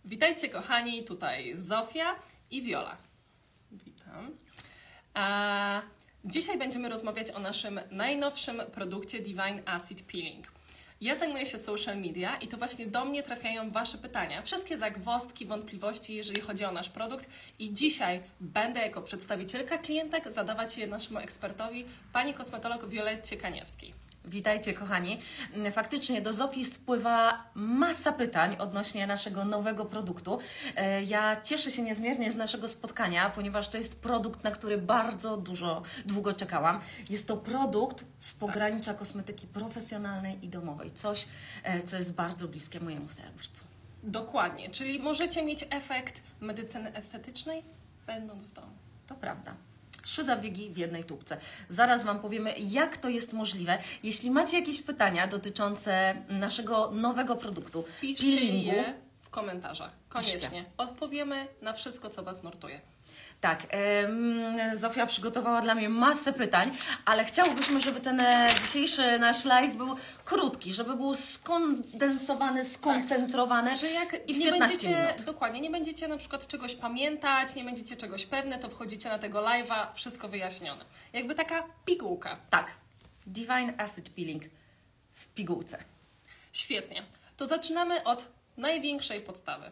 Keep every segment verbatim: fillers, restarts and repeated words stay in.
Witajcie kochani, tutaj Zofia i Viola. Witam. A dzisiaj będziemy rozmawiać o naszym najnowszym produkcie Divine Acid Peeling. Ja zajmuję się social media i to właśnie do mnie trafiają Wasze pytania. Wszystkie zagwozdki, wątpliwości, jeżeli chodzi o nasz produkt. I dzisiaj będę jako przedstawicielka klientek zadawać je naszemu ekspertowi, pani kosmetolog Violetcie Kaniewskiej. Witajcie kochani. Faktycznie do Zofii spływa masa pytań odnośnie naszego nowego produktu. Ja cieszę się niezmiernie z naszego spotkania, ponieważ to jest produkt, na który bardzo dużo, długo czekałam. Jest to produkt z pogranicza kosmetyki profesjonalnej i domowej. Coś, co jest bardzo bliskie mojemu sercu. Dokładnie, czyli możecie mieć efekt medycyny estetycznej, będąc w domu. To prawda. Trzy zabiegi w jednej tubce. Zaraz Wam powiemy, jak to jest możliwe. Jeśli macie jakieś pytania dotyczące naszego nowego produktu, piszcie peelingu, je w komentarzach. Koniecznie. Piszcie. Odpowiemy na wszystko, co Was nurtuje. Tak, em, Zofia przygotowała dla mnie masę pytań, ale chciałobyśmy, żeby ten e, dzisiejszy nasz live był krótki, żeby był skondensowany, skoncentrowany Że jak i w nie piętnaście będziecie, minut. dokładnie, nie będziecie na przykład czegoś pamiętać, nie będziecie czegoś pewne, to wchodzicie na tego live'a, wszystko wyjaśnione. Jakby taka pigułka. Tak, Divine Acid Peeling w pigułce. Świetnie. To zaczynamy od największej podstawy.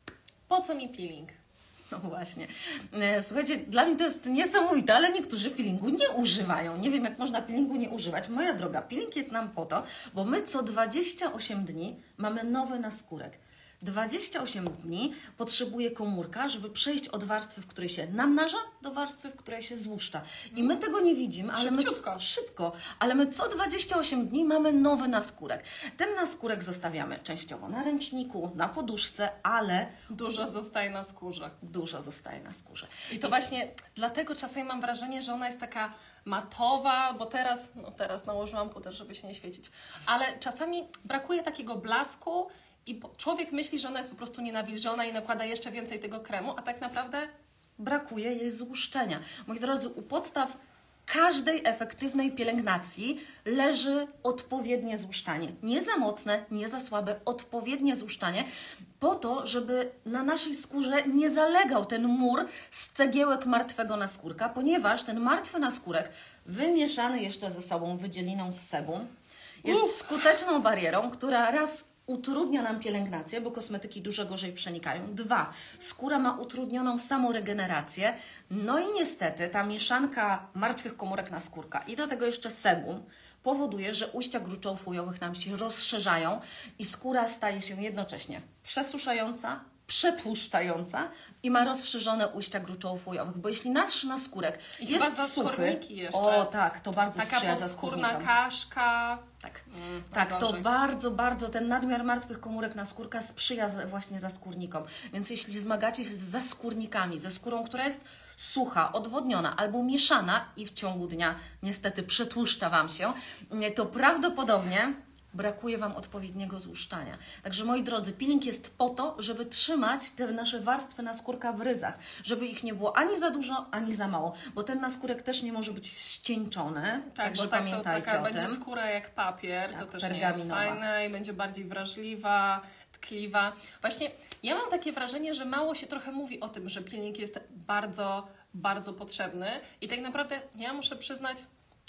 Po co mi peeling? No właśnie. E, Słuchajcie, dla mnie to jest niesamowite, ale niektórzy peelingu nie używają. Nie wiem, jak można peelingu nie używać. Moja droga, peeling jest nam po to, bo my co dwadzieścia osiem dni mamy nowy naskórek. dwadzieścia osiem dni potrzebuje komórka, żeby przejść od warstwy, w której się namnaża, do warstwy, w której się złuszcza. I my tego nie widzimy, ale my Szybciutko. szybko, ale my co dwadzieścia osiem dni mamy nowy naskórek. Ten naskórek zostawiamy częściowo na ręczniku, na poduszce, ale Dużo zostaje na skórze. dużo zostaje na skórze. I to właśnie dlatego czasami mam wrażenie, że ona jest taka matowa, bo teraz, no teraz nałożyłam puder, żeby się nie świecić, ale czasami brakuje takiego blasku i po- człowiek myśli, że ona jest po prostu nienawilżona i nakłada jeszcze więcej tego kremu, a tak naprawdę Brakuje jej złuszczenia. Moi drodzy, u podstaw każdej efektywnej pielęgnacji leży odpowiednie złuszczanie. Nie za mocne, nie za słabe, odpowiednie złuszczanie po to, żeby na naszej skórze nie zalegał ten mur z cegiełek martwego naskórka, ponieważ ten martwy naskórek wymieszany jeszcze ze sobą wydzieliną z sebum jest Uff. skuteczną barierą, która raz utrudnia nam pielęgnację, bo kosmetyki dużo gorzej przenikają. Dwa, skóra ma utrudnioną samoregenerację. No i niestety ta mieszanka martwych komórek naskórka i do tego jeszcze sebum powoduje, że ujścia gruczołów nam się rozszerzają i skóra staje się jednocześnie przesuszająca, przetłuszczająca i ma rozszerzone ujścia gruczołów łujowych, bo jeśli nasz naskórek I jest chyba suchy, zaskórniki jeszcze. o tak, to bardzo taka sprzyja podskórna zaskórnikom. kaszka. Tak, Mm, tak to najgorzej. bardzo, bardzo ten nadmiar martwych komórek naskórka sprzyja z- właśnie zaskórnikom. Więc jeśli zmagacie się z zaskórnikami, ze skórą, która jest sucha, odwodniona albo mieszana i w ciągu dnia niestety przetłuszcza Wam się, nie, to prawdopodobnie brakuje Wam odpowiedniego złuszczania. Także moi drodzy, peeling jest po to, żeby trzymać te nasze warstwy naskórka w ryzach, żeby ich nie było ani za dużo, ani za mało, bo ten naskórek też nie może być ścieńczony, Tak, także bo tak to pamiętajcie taka o będzie tym. skóra jak papier, Tak, to też nie jest pergaminowa. fajne i będzie bardziej wrażliwa, tkliwa. Właśnie ja mam takie wrażenie, że mało się trochę mówi o tym, że peeling jest bardzo, bardzo potrzebny i tak naprawdę ja muszę przyznać,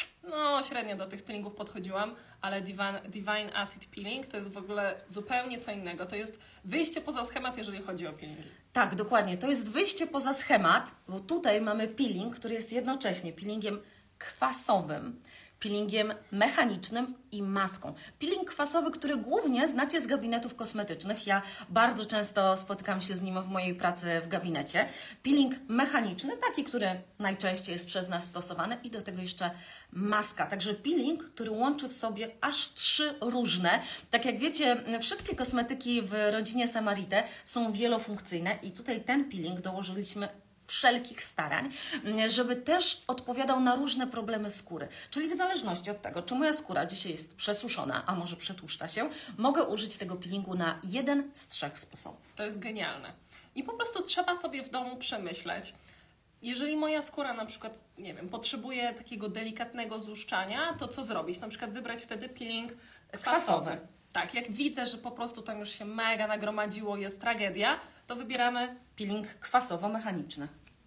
no średnio do tych peelingów podchodziłam, ale Divine, Divine Acid Peeling to jest w ogóle zupełnie co innego. To jest wyjście poza schemat, jeżeli chodzi o peelingi. Tak, dokładnie. To jest wyjście poza schemat, bo tutaj mamy peeling, który jest jednocześnie peelingiem kwasowym, peelingiem mechanicznym i maską. Peeling kwasowy, który głównie znacie z gabinetów kosmetycznych. Ja bardzo często spotykam się z nim w mojej pracy w gabinecie. Peeling mechaniczny, taki, który najczęściej jest przez nas stosowany i do tego jeszcze maska. Także peeling, który łączy w sobie aż trzy różne. Tak jak wiecie, wszystkie kosmetyki w rodzinie Samarite są wielofunkcyjne i tutaj ten peeling dołożyliśmy wszelkich starań, żeby też odpowiadał na różne problemy skóry. Czyli w zależności od tego, czy moja skóra dzisiaj jest przesuszona, a może przetłuszcza się, mogę użyć tego peelingu na jeden z trzech sposobów. To jest genialne. I po prostu trzeba sobie w domu przemyśleć, jeżeli moja skóra na przykład, nie wiem, potrzebuje takiego delikatnego złuszczania, to co zrobić? Na przykład wybrać wtedy peeling kwasowy. Kwasowy. Tak, jak widzę, że po prostu tam już się mega nagromadziło, jest tragedia, to wybieramy. Peeling kwasowo-mechaniczny.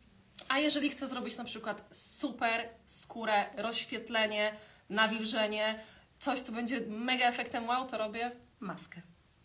A jeżeli chcę zrobić na przykład super skórę, rozświetlenie, nawilżenie, coś, co będzie mega efektem wow, to robię Maskę.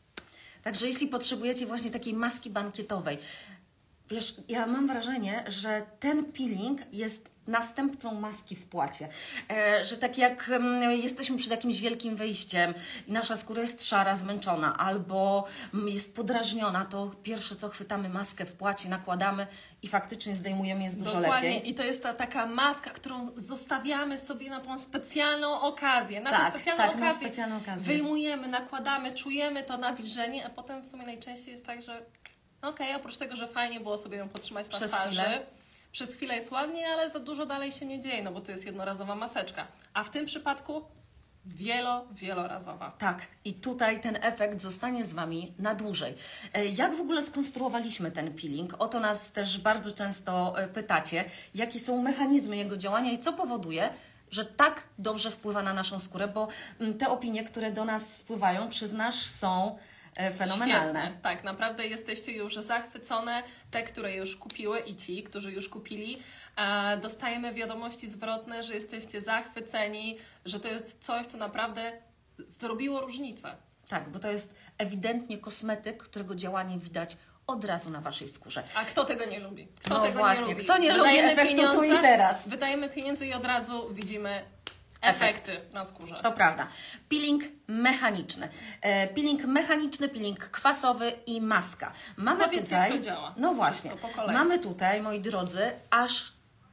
Także jeśli potrzebujecie właśnie takiej maski bankietowej, wiesz, ja mam wrażenie, że ten peeling jest następcą maski w płacie. E, że tak jak mm, jesteśmy przed jakimś wielkim wyjściem i nasza skóra jest szara, zmęczona albo mm, jest podrażniona, to pierwsze co chwytamy maskę w płacie, nakładamy i faktycznie zdejmujemy, jest dużo dokładnie. lepiej. I to jest ta taka maska, którą zostawiamy sobie na tą specjalną okazję. Na Tak, tę specjalną tak, na okazję. specjalną okazję. Wyjmujemy, nakładamy, czujemy to nawilżenie, a potem w sumie najczęściej jest tak, że okej, okay, oprócz tego, że fajnie było sobie ją podtrzymać na Przez twarzy, chwilę. przez chwilę jest ładnie, ale za dużo dalej się nie dzieje, no bo to jest jednorazowa maseczka. A w tym przypadku wielo, wielorazowa. Tak, i tutaj ten efekt zostanie z Wami na dłużej. E, Jak w ogóle skonstruowaliśmy ten peeling? O to nas też bardzo często e, pytacie. Jakie są mechanizmy jego działania i co powoduje, że tak dobrze wpływa na naszą skórę, bo mm, te opinie, które do nas spływają, przyznasz, są e, fenomenalne. Świetne. Tak, naprawdę jesteście już zachwycone. Te, które już kupiły i ci, którzy już kupili, e, dostajemy wiadomości zwrotne, że jesteście zachwyceni, że to jest coś, co naprawdę zrobiło różnicę. Tak, bo to jest ewidentnie kosmetyk, którego działanie widać od razu na Waszej skórze. A kto tego nie lubi? Kto No tego właśnie, nie lubi? kto nie lubi Wydajemy efektu tu i pieniądze, teraz? Wydajemy pieniądze i od razu widzimy Efekt. efekty na skórze. To prawda. Peeling mechaniczny. E, peeling mechaniczny, peeling kwasowy i maska. Mamy Powiedz, tutaj, jak to działa. No właśnie. Wszystko po kolei. Mamy tutaj, moi drodzy, aż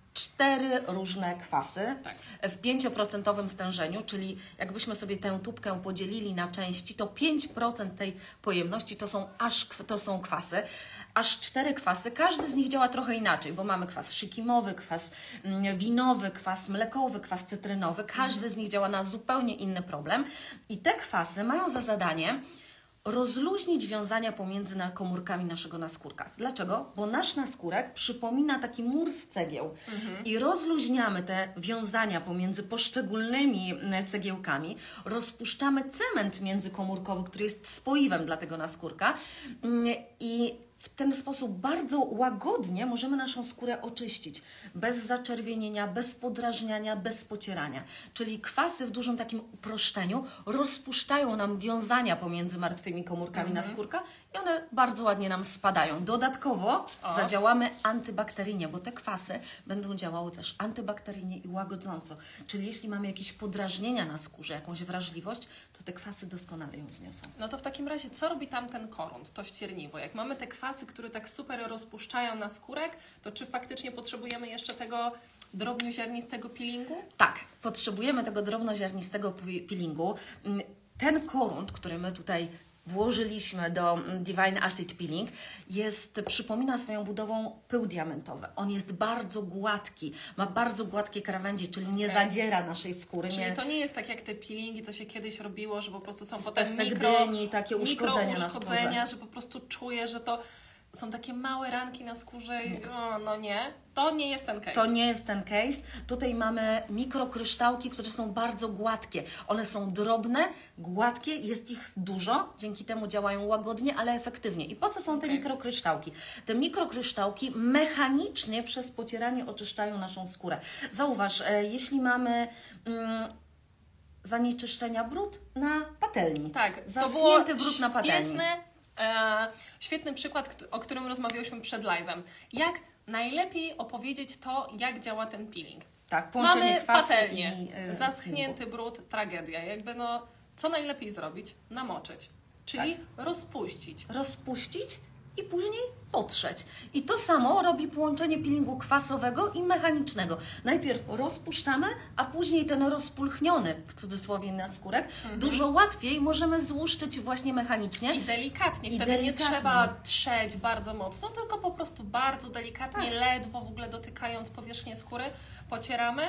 cztery różne kwasy Tak. w pięcioprocentowym stężeniu, czyli jakbyśmy sobie tę tubkę podzielili na części, to pięć procent tej pojemności to są aż kw- to są kwasy. Aż cztery kwasy, każdy z nich działa trochę inaczej, bo mamy kwas szykimowy, kwas mm, winowy, kwas mlekowy, kwas cytrynowy. Każdy z nich działa na zupełnie inny problem. I te kwasy mają za zadanie rozluźnić wiązania pomiędzy na komórkami naszego naskórka. Dlaczego? Bo nasz naskórek przypomina taki mur z cegieł i rozluźniamy te wiązania pomiędzy poszczególnymi mm, cegiełkami, rozpuszczamy cement międzykomórkowy, który jest spoiwem dla tego naskórka mm, i w ten sposób bardzo łagodnie możemy naszą skórę oczyścić. Bez zaczerwienienia, bez podrażniania, bez pocierania. Czyli kwasy w dużym takim uproszczeniu rozpuszczają nam wiązania pomiędzy martwymi komórkami Mhm. naskórka i one bardzo ładnie nam spadają. Dodatkowo O. zadziałamy antybakteryjnie, bo te kwasy będą działały też antybakteryjnie i łagodząco. Czyli jeśli mamy jakieś podrażnienia na skórze, jakąś wrażliwość, to te kwasy doskonale ją zniosą. No to w takim razie, co robi tamten korund, to ścierniwo? Jak mamy te kwasy, które tak super rozpuszczają na skórek, to czy faktycznie potrzebujemy jeszcze tego drobnoziarnistego peelingu? Tak, potrzebujemy tego drobnoziarnistego pi- peelingu. Mm, Ten korund, który my tutaj włożyliśmy do mm, Divine Acid Peeling, jest, przypomina swoją budową pył diamentowy. On jest bardzo gładki, ma bardzo gładkie krawędzie, czyli nie Okej. zadziera naszej skóry. Czyli Nie, to nie jest tak jak te peelingi, co się kiedyś robiło, że po prostu są Z potem pestek mikro, dyni, takie mikro uszkodzenia na uszkodzenia, skórze. że po prostu czuję, że to są takie małe ranki na skórze i o, no nie, to nie jest ten case. To nie jest ten case. Tutaj mamy mikrokryształki, które są bardzo gładkie. One są drobne, gładkie, jest ich dużo, dzięki temu działają łagodnie, ale efektywnie. I po co są te Okej. mikrokryształki? Te mikrokryształki mechanicznie przez pocieranie oczyszczają naszą skórę. Zauważ, e, jeśli mamy mm, zanieczyszczenia, brud na patelni. Tak, to było Zaschnięty brud na patelni. świetny, e, świetny przykład, kt- o którym rozmawiałyśmy przed live'em. Jak najlepiej opowiedzieć to, jak działa ten peeling. Tak, połączenie Mamy kwasu patelnię, i e, zaschnięty brud, tragedia. Jakby no, co najlepiej zrobić? Namoczyć, czyli Tak. rozpuścić. rozpuścić i później potrzeć. I to samo robi połączenie peelingu kwasowego i mechanicznego. Najpierw rozpuszczamy, a później ten rozpulchniony, w cudzysłowie, naskórek dużo łatwiej możemy złuszczyć właśnie mechanicznie. I delikatnie, I wtedy nie delikatnie. trzeba trzeć bardzo mocno, tylko po prostu bardzo delikatnie, ledwo w ogóle dotykając powierzchnię skóry, pocieramy.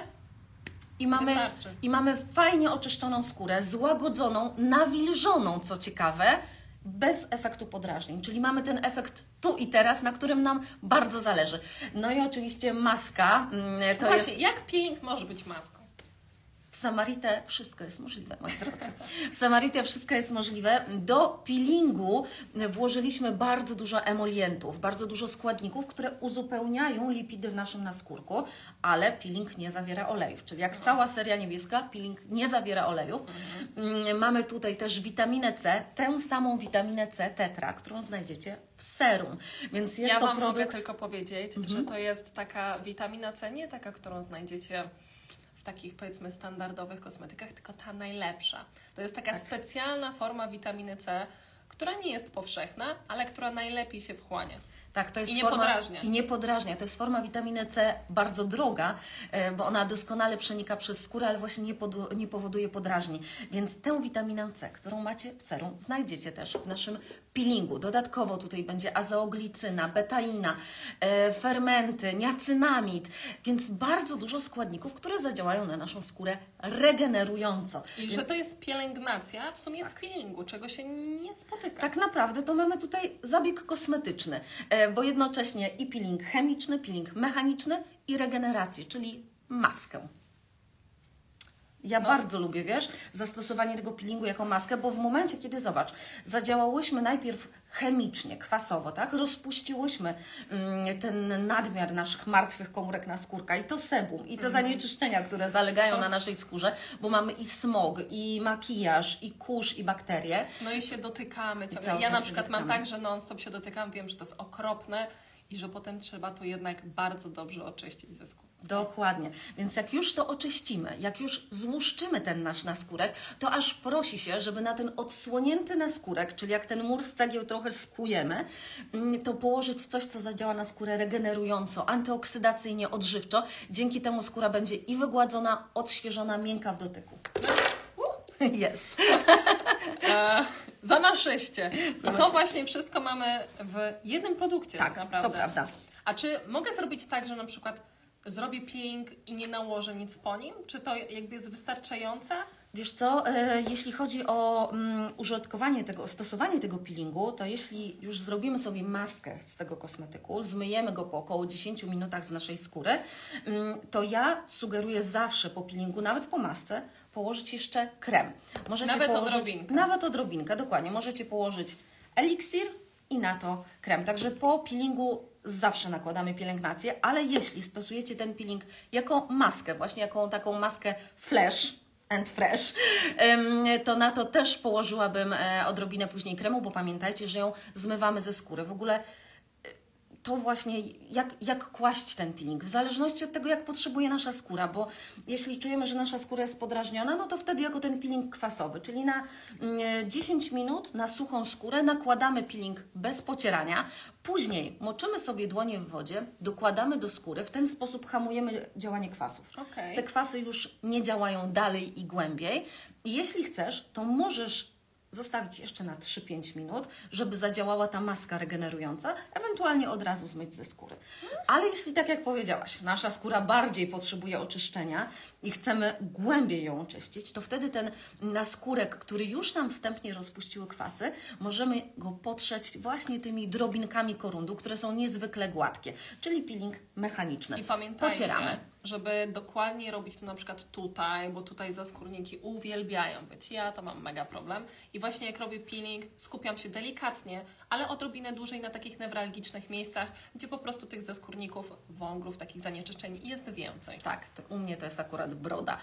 I mamy, Wystarczy. I mamy fajnie oczyszczoną skórę, złagodzoną, nawilżoną, co ciekawe, bez efektu podrażnień. Czyli mamy ten efekt tu i teraz, na którym nam bardzo zależy. No i oczywiście maska, mm, to Właśnie, jest jak peeling może być maską? w Samaritę wszystko jest możliwe, moi drodzy. W Samaritę wszystko jest możliwe. Do peelingu włożyliśmy bardzo dużo emolientów, bardzo dużo składników, które uzupełniają lipidy w naszym naskórku, ale peeling nie zawiera olejów. Czyli jak cała seria niebieska, peeling nie zawiera olejów. Mhm. Mamy tutaj też witaminę C, tę samą witaminę C tetra, którą znajdziecie w serum. Więc jest ja to Wam produkt... mogę tylko powiedzieć, mhm. że to jest taka witamina C, nie taka, którą znajdziecie w takich, powiedzmy, standardowych kosmetykach, tylko ta najlepsza. To jest taka tak. specjalna forma witaminy C, która nie jest powszechna, ale która najlepiej się wchłania. Tak, to jest I nie forma, podrażnia. I nie podrażnia. To jest forma witaminy C bardzo droga, bo ona doskonale przenika przez skórę, ale właśnie nie, pod, nie powoduje podrażni. Więc tę witaminę C, którą macie w serum, znajdziecie też w naszym peelingu. Dodatkowo tutaj będzie azeoglicyna, betaina, e, fermenty, niacynamid, więc bardzo dużo składników, które zadziałają na naszą skórę regenerująco. I więc... że to jest pielęgnacja w sumie tak. w peelingu, czego się nie spotyka. Tak naprawdę to mamy tutaj zabieg kosmetyczny, e, bo jednocześnie i peeling chemiczny, peeling mechaniczny i regenerację, czyli maskę. Ja no. bardzo lubię, wiesz, zastosowanie tego peelingu jako maskę, bo w momencie, kiedy, zobacz, zadziałałyśmy najpierw chemicznie, kwasowo, tak, rozpuściłyśmy mm, ten nadmiar naszych martwych komórek naskórka i to sebum, i te mm. zanieczyszczenia, które zalegają to... na naszej skórze, bo mamy i smog, i makijaż, i kurz, i bakterie. No i się dotykamy ciągle. Ja na przykład mam tak, że non-stop się dotykam, wiem, że to jest okropne i że potem trzeba to jednak bardzo dobrze oczyścić ze skóry. Dokładnie. Więc jak już to oczyścimy, jak już złuszczymy ten nasz naskórek, to aż prosi się, żeby na ten odsłonięty naskórek, czyli jak ten mur z cegieł trochę skujemy, to położyć coś, co zadziała na skórę regenerująco, antyoksydacyjnie, odżywczo. Dzięki temu skóra będzie i wygładzona, odświeżona, miękka w dotyku. Jest. E, za na szeście. I to właśnie wszystko mamy w jednym produkcie tak, tak naprawdę. To prawda. A czy mogę zrobić tak, że na przykład zrobię peeling i nie nałożę nic po nim? Czy to jakby jest wystarczające? Wiesz co, e, jeśli chodzi o um, użytkowanie tego, stosowanie tego peelingu, to jeśli już zrobimy sobie maskę z tego kosmetyku, zmyjemy go po około dziesięciu minutach z naszej skóry, um, to ja sugeruję zawsze po peelingu, nawet po masce, położyć jeszcze krem. Możecie nawet położyć, odrobinkę. Nawet odrobinkę, dokładnie. Możecie położyć eliksir i na to krem. Także po peelingu zawsze nakładamy pielęgnację, ale jeśli stosujecie ten peeling jako maskę, właśnie jako taką maskę flash and fresh, to na to też położyłabym odrobinę później kremu, bo pamiętajcie, że ją zmywamy ze skóry. W ogóle to właśnie jak, jak kłaść ten peeling, w zależności od tego, jak potrzebuje nasza skóra, bo jeśli czujemy, że nasza skóra jest podrażniona, no to wtedy jako ten peeling kwasowy, czyli na dziesięć minut na suchą skórę nakładamy peeling bez pocierania, później moczymy sobie dłonie w wodzie, dokładamy do skóry, w ten sposób hamujemy działanie kwasów. Okay. Te kwasy już nie działają dalej i głębiej i jeśli chcesz, to możesz zostawić jeszcze na trzy pięć minut, żeby zadziałała ta maska regenerująca, ewentualnie od razu zmyć ze skóry. Ale jeśli, tak jak powiedziałaś, nasza skóra bardziej potrzebuje oczyszczenia i chcemy głębiej ją oczyścić, to wtedy ten naskórek, który już nam wstępnie rozpuściły kwasy, możemy go potrzeć właśnie tymi drobinkami korundu, które są niezwykle gładkie, czyli peeling mechaniczny. I pamiętajcie, Pocieramy. żeby dokładnie robić to na przykład tutaj, bo tutaj zaskórniki uwielbiają być. Ja to mam mega problem. I właśnie jak robię peeling, skupiam się delikatnie, ale odrobinę dłużej na takich newralgicznych miejscach, gdzie po prostu tych zaskórników, wągrów, takich zanieczyszczeń jest więcej. Tak, to u mnie to jest akurat broda.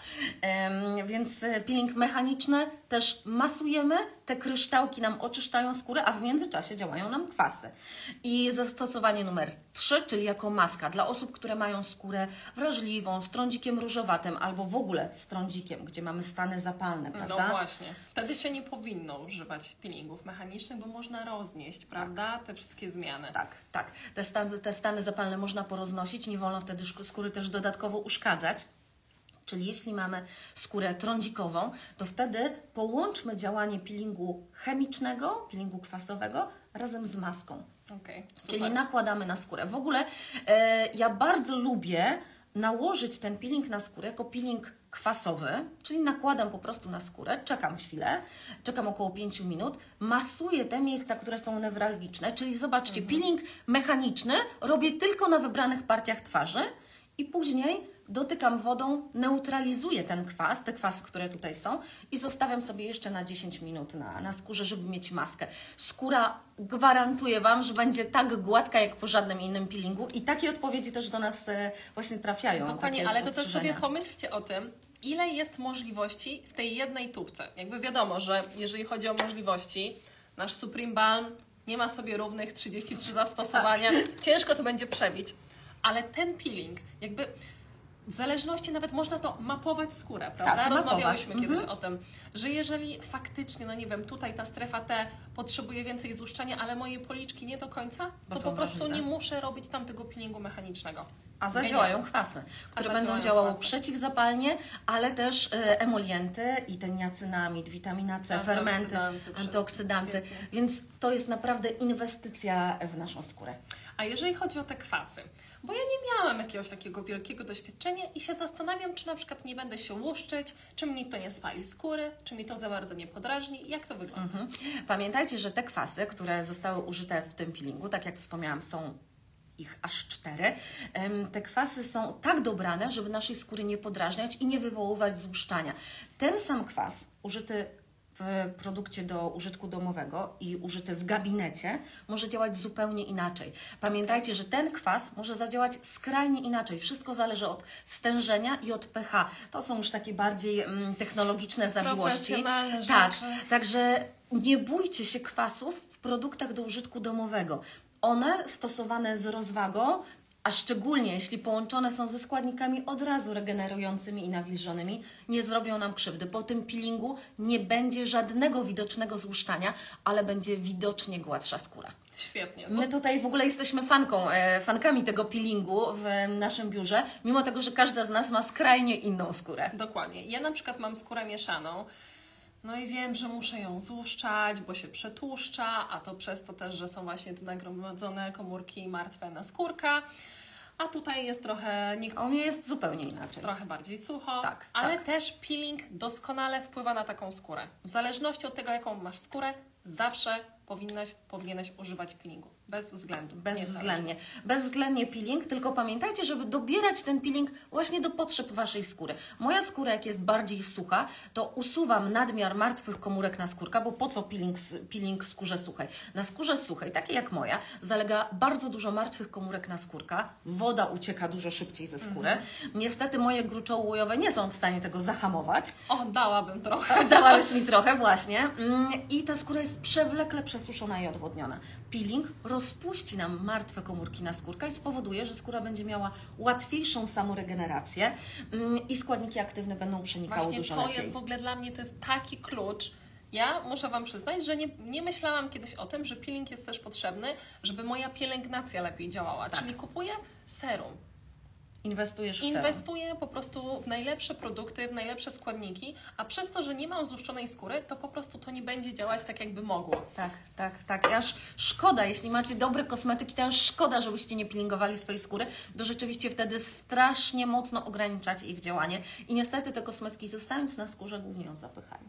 Um, więc peeling mechaniczny też masujemy, te kryształki nam oczyszczają skórę, a w międzyczasie działają nam kwasy. I zastosowanie numer trzy, czyli jako maska dla osób, które mają skórę wrażliwą, z trądzikiem różowatym albo w ogóle z trądzikiem, gdzie mamy stany zapalne, prawda? No właśnie. Wtedy się nie powinno używać peelingów mechanicznych, bo można roznieść, prawda? Te wszystkie zmiany. Tak, tak. Te stany, te stany zapalne można poroznosić, nie wolno wtedy skóry też dodatkowo uszkadzać. Czyli jeśli mamy skórę trądzikową, to wtedy połączmy działanie peelingu chemicznego, peelingu kwasowego razem z maską. Okay, czyli nakładamy na skórę. W ogóle e, ja bardzo lubię nałożyć ten peeling na skórę jako peeling kwasowy, czyli nakładam po prostu na skórę, czekam chwilę, czekam około pięć minut, masuję te miejsca, które są newralgiczne, czyli zobaczcie, mhm. peeling mechaniczny robię tylko na wybranych partiach twarzy i później dotykam wodą, neutralizuję ten kwas, te kwasy, które tutaj są i zostawiam sobie jeszcze na dziesięć minut na, na skórze, żeby mieć maskę. Skóra, gwarantuję Wam, że będzie tak gładka jak po żadnym innym peelingu i takie odpowiedzi też do nas e, właśnie trafiają. Dokładnie, ale to też sobie pomyślcie o tym, ile jest możliwości w tej jednej tubce. Jakby wiadomo, że jeżeli chodzi o możliwości, nasz Supreme Balm nie ma sobie równych, trzydzieści trzy zastosowania, tak. Ciężko to będzie przebić, ale ten peeling, jakby w zależności nawet można to mapować skórę, prawda? Tak, Rozmawiałyśmy mapować. kiedyś mhm. o tym, że jeżeli faktycznie, no nie wiem, tutaj ta strefa T potrzebuje więcej złuszczenia, ale moje policzki nie do końca, Bo to są po prostu wrażliwe. nie muszę robić tam tego peelingu mechanicznego. A zadziałają kwasy, które będą działały kwasy. przeciwzapalnie, ale też e, emolienty i ten niacinamid, witamina C, fermenty, Antyoksydanty, antyoksydanty, świetnie. więc to jest naprawdę inwestycja w naszą skórę. A jeżeli chodzi o te kwasy, bo ja nie miałam jakiegoś takiego wielkiego doświadczenia i się zastanawiam, czy na przykład nie będę się łuszczyć, czy mi to nie spali skóry, czy mi to za bardzo nie podrażni, jak to wygląda? Mhm. Pamiętajcie, że te kwasy, które zostały użyte w tym peelingu, tak jak wspomniałam, są ich aż cztery. Te kwasy są tak dobrane, żeby naszej skóry nie podrażniać i nie wywoływać złuszczania. Ten sam kwas użyty w produkcie do użytku domowego i użyty w gabinecie może działać zupełnie inaczej. Pamiętajcie, że ten kwas może zadziałać skrajnie inaczej. Wszystko zależy od stężenia i od pH. To są już takie bardziej mm, technologiczne zawiłości. Profesjonalne tak, rzeczy. Także nie bójcie się kwasów w produktach do użytku domowego. One stosowane z rozwagą, a szczególnie jeśli połączone są ze składnikami od razu regenerującymi i nawilżonymi, nie zrobią nam krzywdy. Po tym peelingu nie będzie żadnego widocznego złuszczania, ale będzie widocznie gładsza skóra. Świetnie. My tutaj w ogóle jesteśmy fanką, e, fankami tego peelingu w naszym biurze, mimo tego, że każda z nas ma skrajnie inną skórę. Dokładnie. Ja na przykład mam skórę mieszaną, no i wiem, że muszę ją złuszczać, bo się przetłuszcza, a to przez to też, że są właśnie te nagromadzone komórki martwe na skórka. A tutaj jest trochę, nie, A u mnie jest zupełnie inaczej. trochę bardziej sucho, Tak, ale tak. też peeling doskonale wpływa na taką skórę. W zależności od tego, jaką masz skórę, zawsze powinnaś, powinieneś używać peelingu. Bez względu. Bezwzględnie. Bezwzględnie peeling, tylko pamiętajcie, żeby dobierać ten peeling właśnie do potrzeb Waszej skóry. Moja skóra, jak jest bardziej sucha, to usuwam nadmiar martwych komórek na skórka, bo po co peeling, peeling w skórze suchej? Na skórze suchej, takiej jak moja, zalega bardzo dużo martwych komórek na skórka, woda ucieka dużo szybciej ze skóry. Mhm. Niestety moje gruczoły łojowe nie są w stanie tego zahamować. O, dałabym trochę. Dałabyś mi trochę, właśnie. I ta skóra jest przewlekle przesuszona i odwodniona. Peeling rozpuści nam martwe komórki na skórka i spowoduje, że skóra będzie miała łatwiejszą samoregenerację i składniki aktywne będą przenikały Właśnie dużo to lepiej. jest w ogóle dla mnie to jest taki klucz. Ja muszę Wam przyznać, że nie, nie myślałam kiedyś o tym, że peeling jest też potrzebny, żeby moja pielęgnacja lepiej działała. Tak. Czyli kupuję serum. Inwestujesz w serum. Inwestuję po prostu w najlepsze produkty, w najlepsze składniki, a przez to, że nie mam złuszczonej skóry, to po prostu to nie będzie działać tak, jakby mogło. Tak, tak, tak. I aż szkoda, jeśli macie dobre kosmetyki, to aż szkoda, żebyście nie peelingowali swojej skóry, bo rzeczywiście wtedy strasznie mocno ograniczacie ich działanie i niestety te kosmetyki, zostając na skórze, głównie ją zapychają.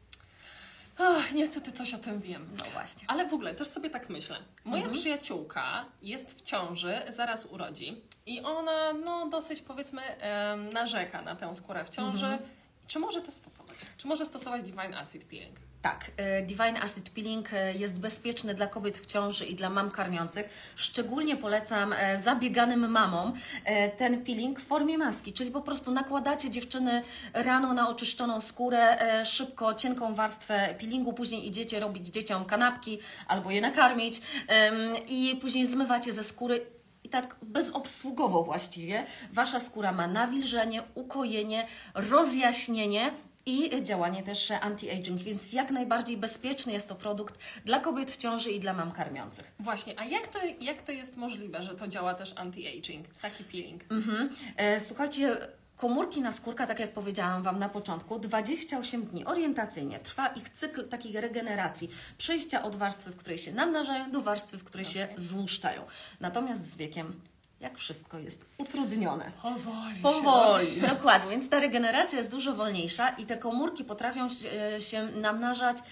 Och, niestety coś o tym wiem. No właśnie. Ale w ogóle też sobie tak myślę. Moja Mhm. przyjaciółka jest w ciąży, zaraz urodzi i ona no dosyć powiedzmy em, narzeka na tę skórę w ciąży. Mhm. Czy może to stosować? Czy może stosować Divine Acid Peeling? Tak, e, Divine Acid Peeling e, jest bezpieczny dla kobiet w ciąży i dla mam karmiących. Szczególnie polecam e, zabieganym mamom e, ten peeling w formie maski, czyli po prostu nakładacie dziewczyny rano na oczyszczoną skórę, e, szybko cienką warstwę peelingu, później idziecie robić dzieciom kanapki albo je nakarmić em, i później zmywacie ze skóry. I tak bezobsługowo właściwie Wasza skóra ma nawilżenie, ukojenie, rozjaśnienie i działanie też anti-aging, więc jak najbardziej bezpieczny jest to produkt dla kobiet w ciąży i dla mam karmiących. Właśnie, a jak to, jak to jest możliwe, że to działa też anti-aging, taki peeling? Mhm. E, słuchajcie, komórki naskórka, tak jak powiedziałam Wam na początku, dwadzieścia osiem dni orientacyjnie trwa ich cykl takiej regeneracji, przejścia od warstwy, w której się namnażają, do warstwy, w której się złuszczają. Natomiast z wiekiem, jak wszystko, jest utrudnione. Powoli. Powoli, dokładnie, więc ta regeneracja jest dużo wolniejsza i te komórki potrafią się, się namnażać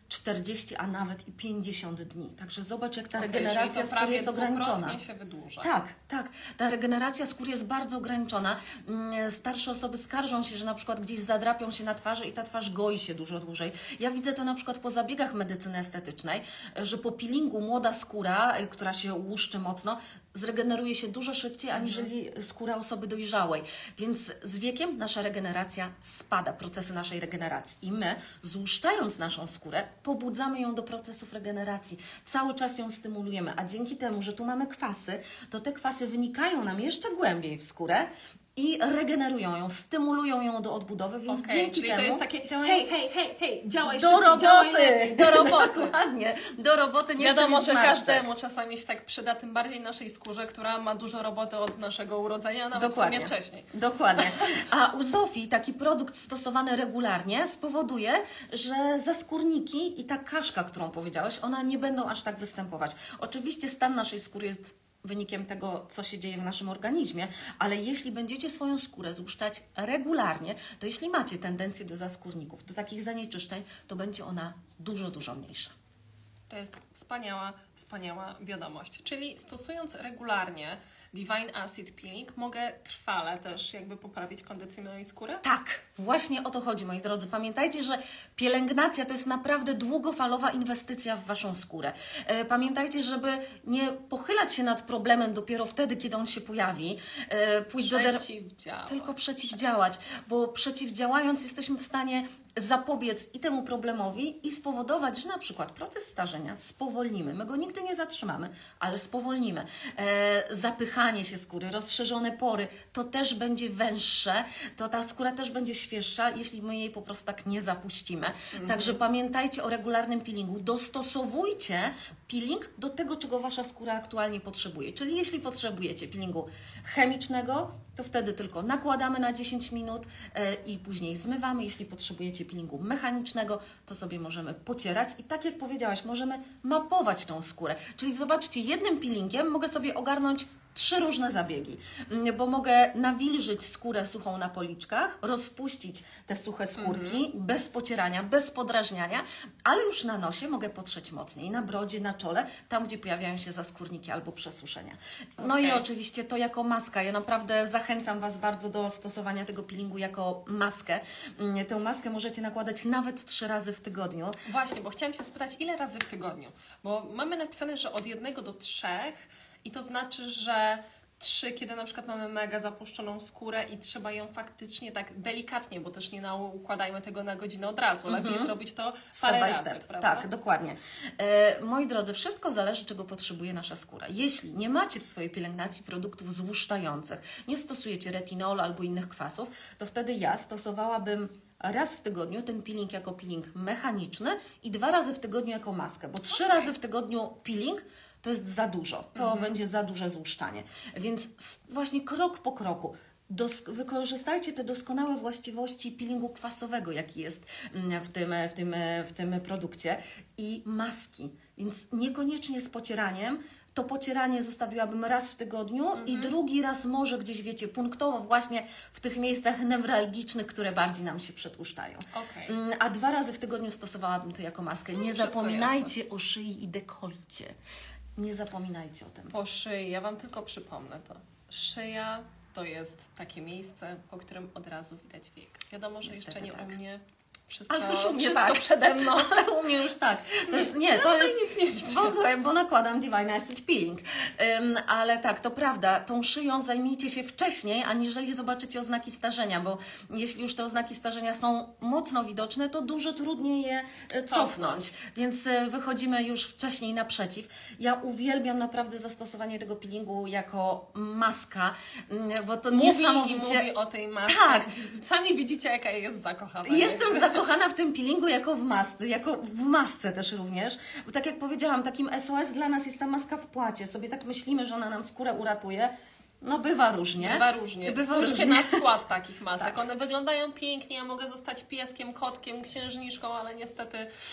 czterdzieści, a nawet i pięćdziesiąt dni. Także zobacz, jak ta Okay, regeneracja skóry jest ograniczona. się wydłuża. Tak, tak. Ta regeneracja skóry jest bardzo ograniczona. Starsze osoby skarżą się, że na przykład gdzieś zadrapią się na twarzy i ta twarz goi się dużo dłużej. Ja widzę to na przykład po zabiegach medycyny estetycznej, że po peelingu młoda skóra, która się łuszczy mocno, zregeneruje się dużo szybciej, aniżeli skóra osoby dojrzałej. Więc z wiekiem nasza regeneracja spada, procesy naszej regeneracji. I my, złuszczając naszą skórę, pobudzamy ją do procesów regeneracji. Cały czas ją stymulujemy, a dzięki temu, że tu mamy kwasy, to te kwasy wynikają nam jeszcze głębiej w skórę i regenerują ją, stymulują ją do odbudowy, więc okay, dzięki czyli temu... to jest takie, działają... hej, hej, hej, hej, działaj do szybciej, roboty, działaj lepiej, do roboty. Dokładnie, do roboty, nie Wiadomo, chcę że mieć zmarszczek. każdemu czasami się tak przyda, tym bardziej naszej skórze, która ma dużo roboty od naszego urodzenia, a nawet Dokładnie. w sumie wcześniej. Dokładnie. A u Zofii taki produkt stosowany regularnie spowoduje, że zaskórniki i ta kaszka, którą powiedziałeś, one nie będą aż tak występować. Oczywiście stan naszej skóry jest wynikiem tego, co się dzieje w naszym organizmie, ale jeśli będziecie swoją skórę złuszczać regularnie, to jeśli macie tendencję do zaskórników, do takich zanieczyszczeń, to będzie ona dużo, dużo mniejsza. To jest wspaniała, wspaniała wiadomość. Czyli stosując regularnie Divine Acid Peeling, mogę trwale też jakby poprawić kondycję mojej skóry? Tak, właśnie o to chodzi, moi drodzy. Pamiętajcie, że pielęgnacja to jest naprawdę długofalowa inwestycja w Waszą skórę. Pamiętajcie, żeby nie pochylać się nad problemem dopiero wtedy, kiedy on się pojawi. Pójść do der... Tylko przeciwdziałać, bo przeciwdziałając jesteśmy w stanie zapobiec i temu problemowi i spowodować, że na przykład proces starzenia spowolnimy. My go nigdy nie zatrzymamy, ale spowolnimy. E, zapychanie się skóry, rozszerzone pory, to też będzie węższe, to ta skóra też będzie świeższa, jeśli my jej po prostu tak nie zapuścimy. Mhm. Także pamiętajcie o regularnym peelingu. Dostosowujcie peeling do tego, czego Wasza skóra aktualnie potrzebuje. Czyli jeśli potrzebujecie peelingu chemicznego, to wtedy tylko nakładamy na dziesięć minut e, i później zmywamy. Jeśli potrzebujecie peelingu mechanicznego, to sobie możemy pocierać i tak jak powiedziałaś, możemy mapować tą skórę. Czyli zobaczcie, jednym peelingiem mogę sobie ogarnąć trzy różne zabiegi, bo mogę nawilżyć skórę suchą na policzkach, rozpuścić te suche skórki mm-hmm. bez pocierania, bez podrażniania, ale już na nosie mogę potrzeć mocniej, na brodzie, na czole, tam gdzie pojawiają się zaskórniki albo przesuszenia. No okay. I oczywiście to jako maska. Ja naprawdę zachęcam Was bardzo do stosowania tego peelingu jako maskę. Tę maskę możecie nakładać nawet trzy razy w tygodniu. Właśnie, bo chciałam się spytać, ile razy w tygodniu? Bo mamy napisane, że od jednego do trzech. I to znaczy, że trzy, kiedy na przykład mamy mega zapuszczoną skórę i trzeba ją faktycznie tak delikatnie, bo też nie układajmy tego na godzinę od razu. Lepiej mm-hmm. zrobić to step parę by razy, step. prawda? Tak, dokładnie. E, moi drodzy, wszystko zależy, czego potrzebuje nasza skóra. Jeśli nie macie w swojej pielęgnacji produktów złuszczających, nie stosujecie retinolu albo innych kwasów, to wtedy ja stosowałabym raz w tygodniu ten peeling jako peeling mechaniczny i dwa razy w tygodniu jako maskę, bo trzy okay. razy w tygodniu peeling to jest za dużo, to mhm. będzie za duże złuszczanie. Więc właśnie krok po kroku dos- wykorzystajcie te doskonałe właściwości peelingu kwasowego, jaki jest w tym, w tym, w tym produkcie i maski. Więc niekoniecznie z pocieraniem. To pocieranie zostawiłabym raz w tygodniu mhm. i drugi raz może gdzieś, wiecie, punktowo właśnie w tych miejscach newralgicznych, które bardziej nam się przetłuszczają. Okay. A dwa razy w tygodniu stosowałabym to jako maskę. Nie Wszystko zapominajcie jasne. o szyi i dekolcie. Nie zapominajcie o tym. Po szyi, ja Wam tylko przypomnę to. Szyja to jest takie miejsce, po którym od razu widać wiek. Wiadomo, że Niestety jeszcze nie tak. u mnie. Wszystko, ale już u mnie wszystko tak. przede mną. Ale u mnie już tak. To jest, nie, to no, jest, nic nie widzę. Bo, słuchaj, bo nakładam Divine Acid Peeling. Um, ale tak, to prawda, tą szyją zajmijcie się wcześniej, aniżeli zobaczycie oznaki starzenia, bo jeśli już te oznaki starzenia są mocno widoczne, to dużo trudniej je cofnąć. Więc wychodzimy już wcześniej naprzeciw. Ja uwielbiam naprawdę zastosowanie tego peelingu jako maska, bo to mówi niesamowicie... i mówi o tej masce. Tak. Sami widzicie, jaka jest zakochana. Jestem zakochana w tym peelingu jako w masce, jako w masce też również. Bo tak jak powiedziałam, takim S O S dla nas jest ta maska w płacie. Sobie tak myślimy, że ona nam skórę uratuje. No bywa różnie. Bywa różnie. Bywa Spójrzcie różnie. na skład takich masek. Tak. One wyglądają pięknie, ja mogę zostać pieskiem, kotkiem, księżniczką, ale niestety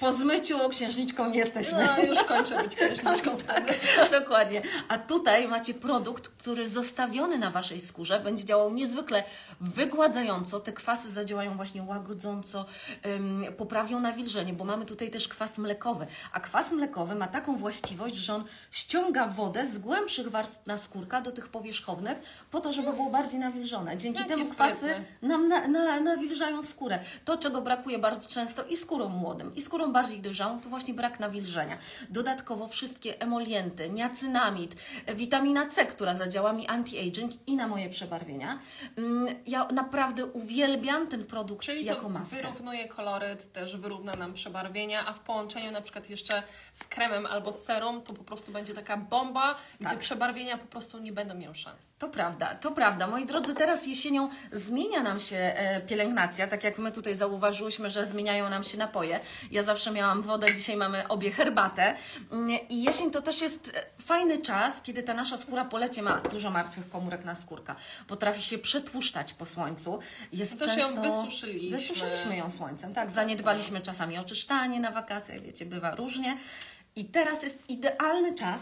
Po zmyciu księżniczką nie jesteśmy. No już kończę być księżniczką wtedy. Dokładnie. A tutaj macie produkt, który zostawiony na Waszej skórze będzie działał niezwykle wygładzająco. Te kwasy zadziałają właśnie łagodząco, ym, poprawią nawilżenie, bo mamy tutaj też kwas mlekowy. A kwas mlekowy ma taką właściwość, że on ściąga wodę z głębszych warstw naskórka do tych powierzchownych, po to, żeby było bardziej nawilżone. Dzięki Jaki temu sprytny. kwasy nam na, na, nawilżają skórę. To, czego brakuje bardzo często i skórom młodym, i skórom bardziej dojrzałą, to właśnie brak nawilżenia. Dodatkowo wszystkie emolienty, niacynamid, witamina C, która zadziała mi anti-aging i na moje przebarwienia. Mm, Ja naprawdę uwielbiam ten produkt Czyli jako to maskę. wyrównuje koloryt, też wyrówna nam przebarwienia, a w połączeniu na przykład jeszcze z kremem albo z serum, to po prostu będzie taka bomba, gdzie Tak. przebarwienia po prostu nie będą miały szans. To prawda, to prawda. Moi drodzy, teraz jesienią zmienia nam się e, pielęgnacja, tak jak my tutaj zauważyłyśmy, że zmieniają nam się napoje. Ja zawsze miałam wodę, dzisiaj mamy obie herbatę. Mm, I jesień to też jest e, fajny czas, kiedy ta nasza skóra po lecie ma dużo martwych komórek naskórka. Potrafi się przetłuszczać po słońcu. Jest Też często... ją wysuszyliśmy. Wysuszyliśmy ją słońcem, tak. Zaniedbaliśmy czasami oczyszczanie na wakacjach, wiecie, bywa różnie. I teraz jest idealny czas,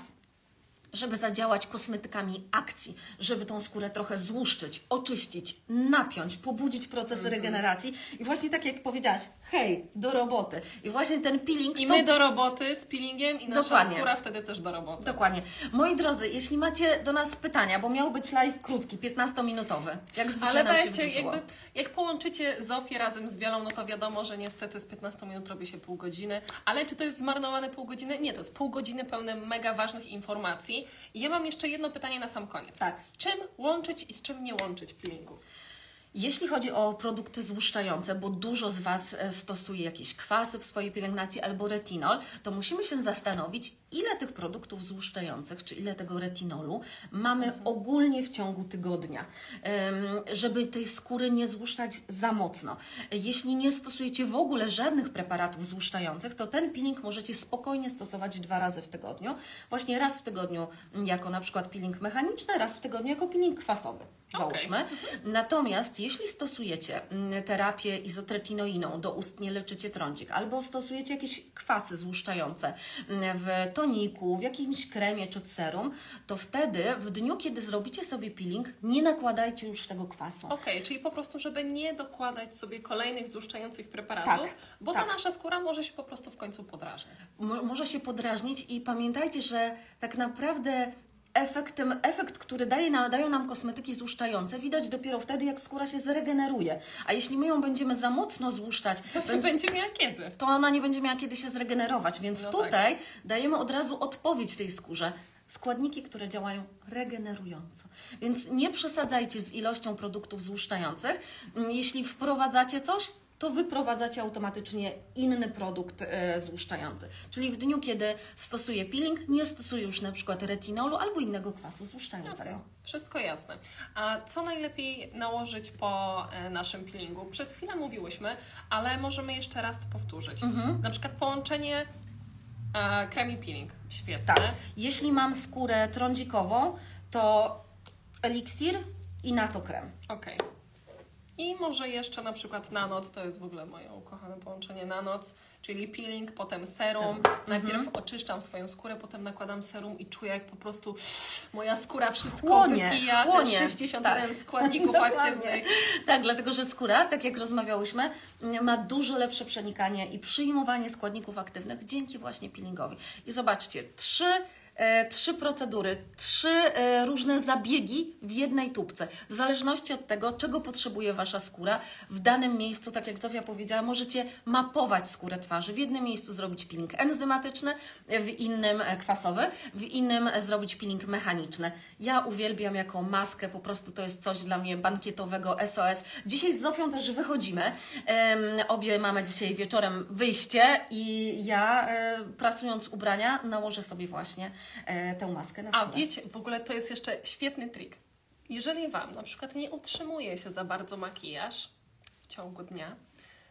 żeby zadziałać kosmetykami akcji, żeby tą skórę trochę złuszczyć, oczyścić, napiąć, pobudzić procesy Mhm. regeneracji. I właśnie tak jak powiedziałaś, hej, do roboty. I właśnie ten peeling... I to... my do roboty z peelingiem i nasza Dokładnie. skóra wtedy też do roboty. Dokładnie. Moi drodzy, jeśli macie do nas pytania, bo miał być live krótki, piętnastominutowy, jak zwykle Ale nam się weźcie, wydłużyło. jakby, jak połączycie Zofię razem z Wiolą, no to wiadomo, że niestety z piętnastu minut robi się pół godziny. Ale czy to jest zmarnowane pół godziny? Nie, to jest pół godziny pełne mega ważnych informacji. I ja mam jeszcze jedno pytanie na sam koniec. Tak. Z czym łączyć i z czym nie łączyć peelingu? Jeśli chodzi o produkty złuszczające, bo dużo z Was e, stosuje jakieś kwasy w swojej pielęgnacji albo retinol, to musimy się zastanowić, ile tych produktów złuszczających, czy ile tego retinolu mamy Mhm. ogólnie w ciągu tygodnia, em, żeby tej skóry nie złuszczać za mocno. Jeśli nie stosujecie w ogóle żadnych preparatów złuszczających, to ten peeling możecie spokojnie stosować dwa razy w tygodniu. Właśnie raz w tygodniu jako na przykład peeling mechaniczny, raz w tygodniu jako peeling kwasowy. Załóżmy. Natomiast jeśli stosujecie mm, terapię izotretinoiną, do ust nie leczycie trądzik, albo stosujecie jakieś kwasy złuszczające mm, w toniku, w jakimś kremie czy w serum, to wtedy w dniu, kiedy zrobicie sobie peeling, nie nakładajcie już tego kwasu. Okej, czyli po prostu, żeby nie dokładać sobie kolejnych złuszczających preparatów, Tak, bo tak. ta nasza skóra może się po prostu w końcu podrażnić. Mo- może się podrażnić i pamiętajcie, że tak naprawdę efektem, efekt, który daje nam, dają nam kosmetyki złuszczające, widać dopiero wtedy, jak skóra się zregeneruje. A jeśli my ją będziemy za mocno złuszczać, To będzie, będzie miała kiedy? to ona nie będzie miała kiedy się zregenerować. Więc No tutaj dajemy od razu odpowiedź tej skórze. Składniki, które działają regenerująco. Więc nie przesadzajcie z ilością produktów złuszczających. Mm, Jeśli wprowadzacie coś, to wyprowadzacie automatycznie inny produkt e, złuszczający. Czyli w dniu, kiedy stosuję peeling, nie stosuję już na przykład retinolu albo innego kwasu złuszczającego. Okej, wszystko jasne. A co najlepiej nałożyć po e, naszym peelingu? Przez chwilę mówiłyśmy, ale możemy jeszcze raz to powtórzyć. Mhm. Na przykład połączenie e, krem i peeling. Świetne. Tak. Jeśli mam skórę trądzikową, to eliksir i na to krem. Okej. I może jeszcze na przykład na noc, to jest w ogóle moje ukochane połączenie na noc, czyli peeling, potem serum. Serum. Najpierw Mhm. oczyszczam swoją skórę, potem nakładam serum i czuję, jak po prostu moja skóra wszystko Chłonie, wypija, te chłonie. sześćdziesiąt jeden Tak. składników Dokładnie. aktywnych. Tak, dlatego że skóra, tak jak rozmawiałyśmy, ma dużo lepsze przenikanie i przyjmowanie składników aktywnych dzięki właśnie peelingowi. I zobaczcie, trzy, e, trzy procedury, trzy e, różne zabiegi w jednej tubce. W zależności od tego, czego potrzebuje Wasza skóra, w danym miejscu, tak jak Zofia powiedziała, możecie mapować skórę twarzy. W jednym miejscu zrobić peeling enzymatyczny, w innym e, kwasowy, w innym e, zrobić peeling mechaniczny. Ja uwielbiam jako maskę, po prostu to jest coś dla mnie bankietowego, S O S. Dzisiaj z Zofią też wychodzimy. Em, obie mamy dzisiaj wieczorem wyjście i ja e, prasując ubrania nałożę sobie właśnie e, tę maskę na A skórę. wiecie, w ogóle to jest jeszcze świetny trik. Jeżeli Wam na przykład nie utrzymuje się za bardzo makijaż w ciągu dnia,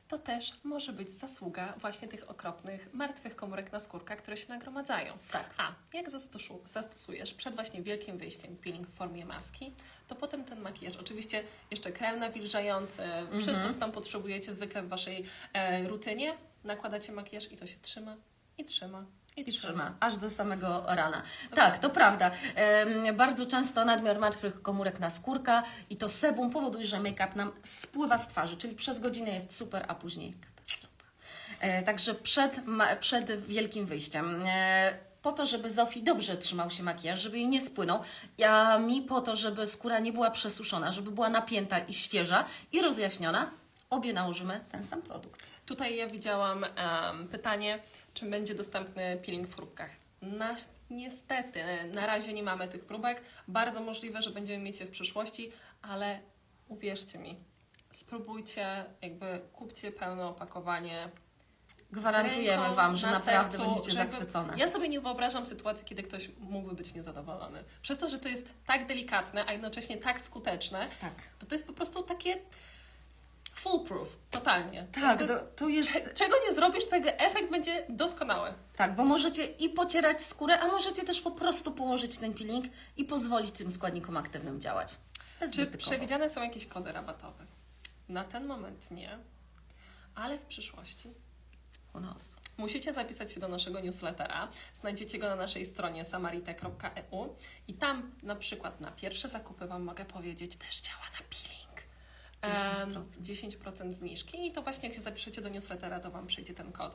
to też może być zasługa właśnie tych okropnych, martwych komórek na skórkach, które się nagromadzają. Tak. A jak zastosu- zastosujesz przed właśnie wielkim wyjściem peeling w formie maski, to potem ten makijaż, oczywiście jeszcze krem nawilżający, Mhm. wszystko co tam potrzebujecie zwykle w Waszej e, rutynie, nakładacie makijaż i to się trzyma i trzyma. I I trzyma. trzyma, aż do samego rana. Tak, to prawda. Em, bardzo często nadmiar martwych komórek na skórka i to sebum powoduje, że make-up nam spływa z twarzy, czyli przez godzinę jest super, a później katastrofa. E, także przed, ma, przed wielkim wyjściem. E, po to, żeby Zofii dobrze trzymał się makijaż, żeby jej nie spłynął, a mi po to, żeby skóra nie była przesuszona, żeby była napięta i świeża i rozjaśniona, obie nałożymy ten sam produkt. Tutaj ja widziałam em, pytanie, czy będzie dostępny peeling w próbkach. Na, niestety, na razie nie mamy tych próbek. Bardzo możliwe, że będziemy mieć je w przyszłości, ale uwierzcie mi, spróbujcie, jakby kupcie pełne opakowanie. Gwarantujemy z ręką Wam, że na naprawdę sercu, będziecie że jakby- zachwycone. Ja sobie nie wyobrażam sytuacji, kiedy ktoś mógłby być niezadowolony. Przez to, że to jest tak delikatne, a jednocześnie tak skuteczne, Tak. to to jest po prostu takie foolproof, totalnie. Tak, Jakby to, to jest... cze- czego nie zrobisz, tego efekt będzie doskonały. Tak, bo możecie i pocierać skórę, a możecie też po prostu położyć ten peeling i pozwolić tym składnikom aktywnym działać. Czy Bezdotykowo. przewidziane są jakieś kody rabatowe? Na ten moment nie, ale w przyszłości. Who knows? Musicie zapisać się do naszego newslettera. Znajdziecie go na naszej stronie samarite kropka e u i tam na przykład na pierwsze zakupy Wam mogę powiedzieć, też działa na peeling. dziesięć procent. Em, dziesięć procent zniżki i to właśnie jak się zapiszecie do newslettera, to Wam przyjdzie ten kod.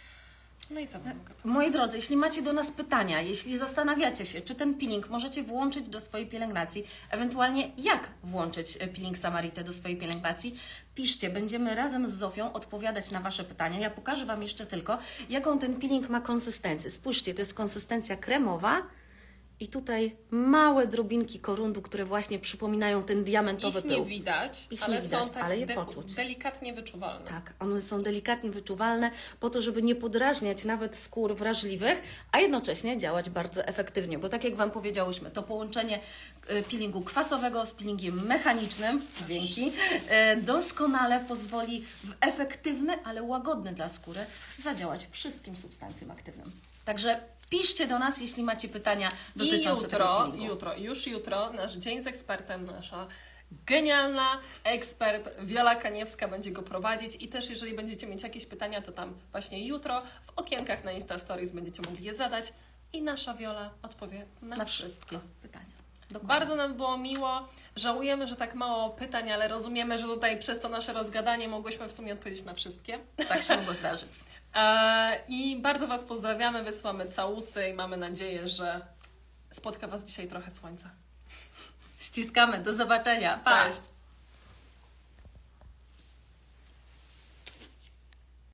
No i co Wam mogę powiedzieć? Moi drodzy, jeśli macie do nas pytania, jeśli zastanawiacie się, czy ten peeling możecie włączyć do swojej pielęgnacji, ewentualnie jak włączyć e, peeling Samarite do swojej pielęgnacji, piszcie, będziemy razem z Zofią odpowiadać na Wasze pytania. Ja pokażę Wam jeszcze tylko, jaką ten peeling ma konsystencję. Spójrzcie, to jest konsystencja kremowa i tutaj małe drobinki korundu, które właśnie przypominają ten diamentowy Ich nie pył. widać, Ich nie ale widać, są tak ale je de- poczuć. delikatnie wyczuwalne. Tak, one są delikatnie wyczuwalne po to, żeby nie podrażniać nawet skór wrażliwych, a jednocześnie działać bardzo efektywnie, bo tak jak Wam powiedziałyśmy, to połączenie e, peelingu kwasowego z peelingiem mechanicznym, dzięki, e, doskonale pozwoli w efektywny, ale łagodny dla skóry zadziałać wszystkim substancjom aktywnym. Także piszcie do nas, jeśli macie pytania I dotyczące tego jutro, peelingu. jutro, już jutro, nasz dzień z ekspertem, nasza genialna ekspert Wiola Kaniewska będzie go prowadzić i też jeżeli będziecie mieć jakieś pytania, to tam właśnie jutro w okienkach na Insta Stories będziecie mogli je zadać i nasza Wiola odpowie na, Na wszystko. wszystkie pytania. Dokładnie. Bardzo nam było miło. Żałujemy, że tak mało pytań, ale rozumiemy, że tutaj przez to nasze rozgadanie mogłyśmy w sumie odpowiedzieć na wszystkie. Tak się mogło zdarzyć. E, I bardzo Was pozdrawiamy, wysyłamy całusy i mamy nadzieję, że spotka Was dzisiaj trochę słońca. Ściskamy, do zobaczenia. Pa! Cześć!